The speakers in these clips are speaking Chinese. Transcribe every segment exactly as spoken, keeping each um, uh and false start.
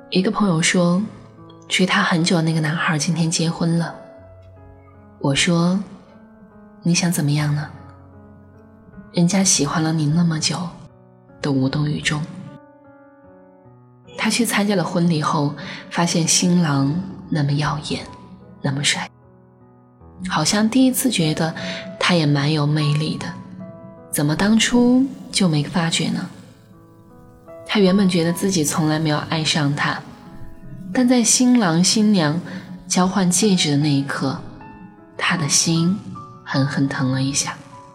一个朋友说，追他很久的那个男孩今天结婚了。我说，你想怎么样呢？人家喜欢了你那么久，都无动于衷。他去参加了婚礼后，发现新郎那么耀眼，那么帅，好像第一次觉得他也蛮有魅力的，怎么当初就没发觉呢？他原本觉得自己从来没有爱上他，但在新郎新娘交换戒指的那一刻，他的心狠狠疼了一下。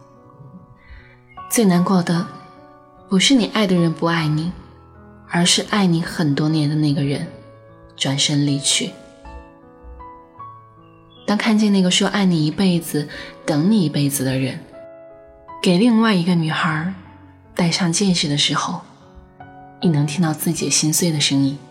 最难过的不是你爱的人不爱你，而是爱你很多年的那个人转身离去。当看见那个说爱你一辈子等你一辈子的人给另外一个女孩戴上戒指的时候，你能听到自己心碎的声音。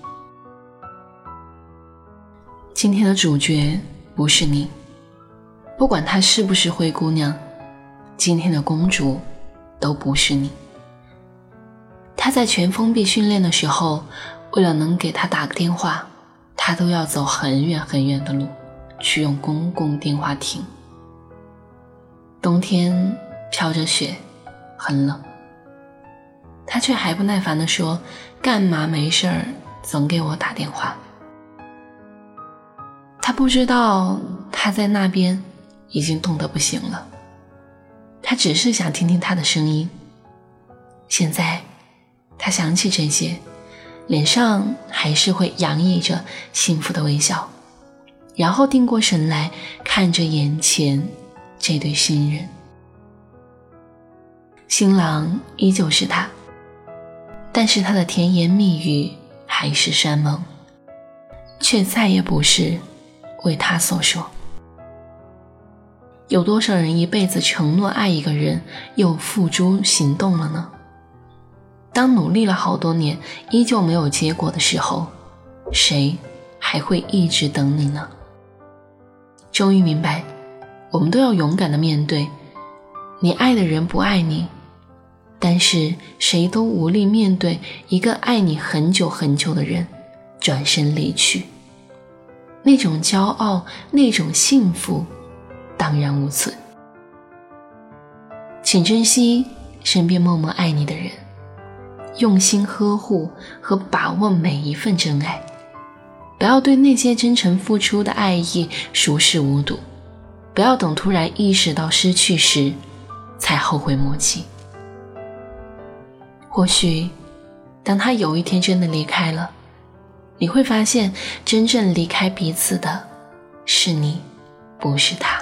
今天的主角不是你，不管她是不是灰姑娘，今天的公主都不是你。她在全封闭训练的时候，为了能给她打个电话，她都要走很远很远的路，去用公共电话亭。冬天飘着雪，很冷，她却还不耐烦地说，干嘛没事儿总给我打电话。她不知道她在那边已经冻得不行了，她只是想听听她的声音。现在她想起这些，脸上还是会洋溢着幸福的微笑，然后定过神来看着眼前这对新人。新郎依旧是他，但是他的甜言蜜语海誓山盟却再也不是为他所说。有多少人一辈子承诺爱一个人又付诸行动了呢？当努力了好多年依旧没有结果的时候，谁还会一直等你呢？终于明白，我们都要勇敢地面对，你爱的人不爱你，但是谁都无力面对一个爱你很久很久的人转身离去。那种骄傲，那种幸福荡然无存。请珍惜身边默默爱你的人，用心呵护和把握每一份真爱，不要对那些真诚付出的爱意熟视无睹，不要等突然意识到失去时才后悔莫及。或许当他有一天真的离开了，你会发现真正离开彼此的是你，不是他。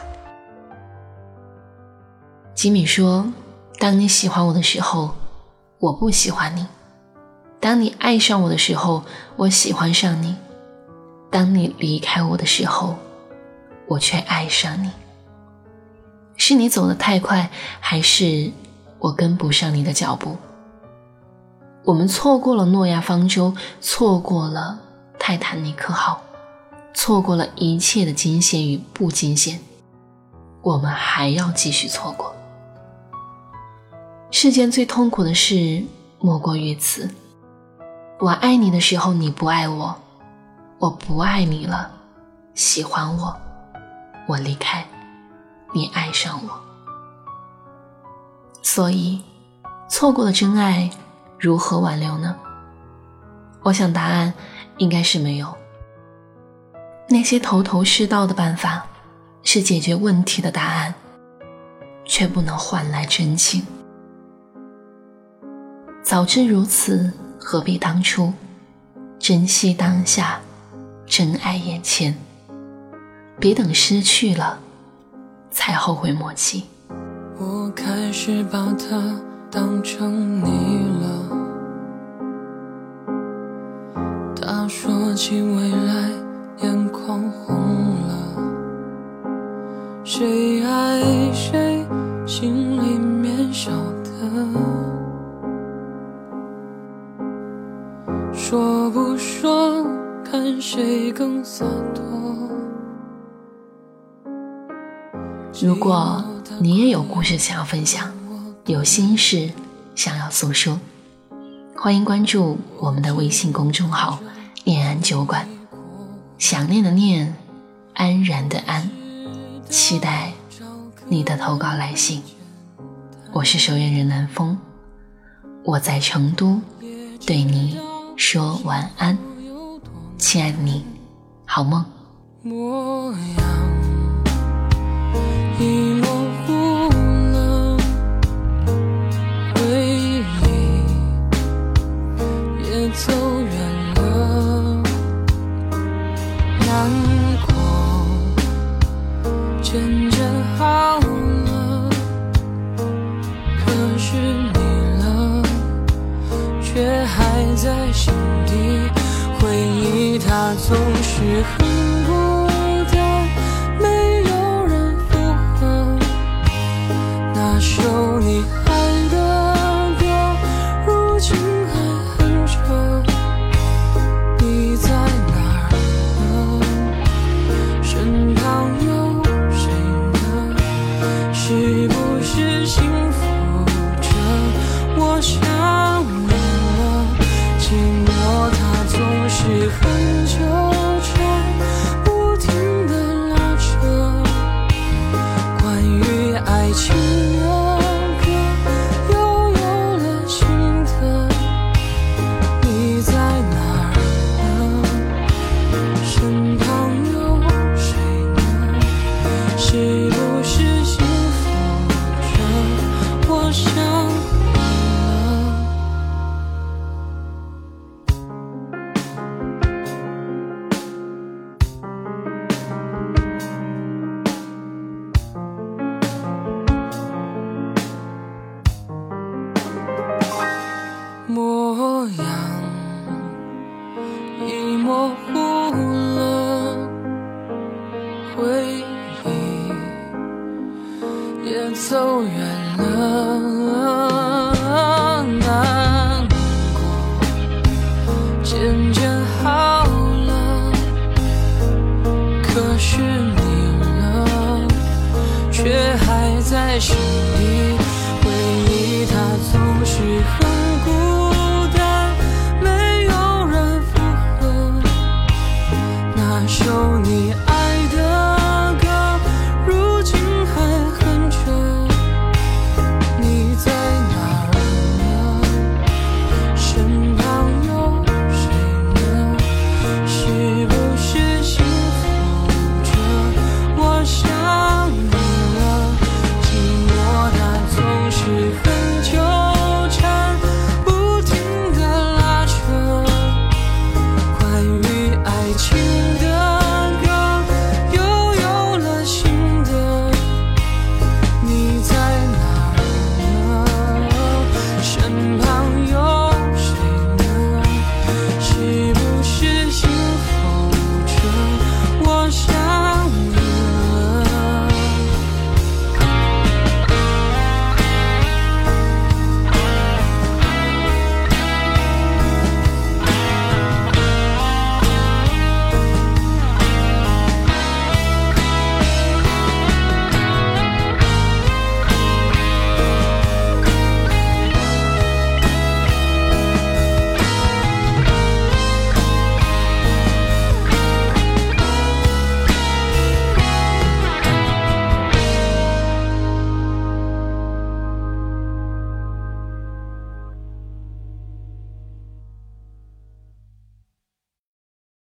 吉米说，当你喜欢我的时候，我不喜欢你；当你爱上我的时候，我喜欢上你；当你离开我的时候，我却爱上你。是你走得太快，还是我跟不上你的脚步？我们错过了诺亚方舟，错过了泰坦尼克号，错过了一切的惊险与不惊险，我们还要继续错过。世间最痛苦的事莫过于此，我爱你的时候你不爱我，我不爱你了，喜欢我，我离开，你爱上我。所以错过了真爱如何挽留呢？我想答案应该是没有。那些头头是道的办法是解决问题的答案，却不能换来真情。早知如此，何必当初？珍惜当下，珍爱眼前，别等失去了才后悔莫及。 我开始把它当成你了，他说起未来眼眶红了，谁爱谁心里面晓得，说不说看谁更洒脱。 如果你也有故事想要分享，有心事想要诉说，欢迎关注我们的微信公众号念安酒馆，想念的念，安然的安，期待你的投稿来信。我是守夜人南风，我在成都对你说晚安，亲爱的你，好梦。 模样已模糊了，回忆也走远了，难过渐渐好了，可是你了，却还在心底，回忆它总是很孤单，没有人附和那首你爱的歌，如今还哼着，你在哪儿呢？身旁有谁呢？是不是幸福着我想你了？寂寞它总是很久不停地拉扯，关于爱情的歌又有了新的，你在哪儿呢？身旁有谁呢？是不是幸福着我想模样已模糊了，回忆也走远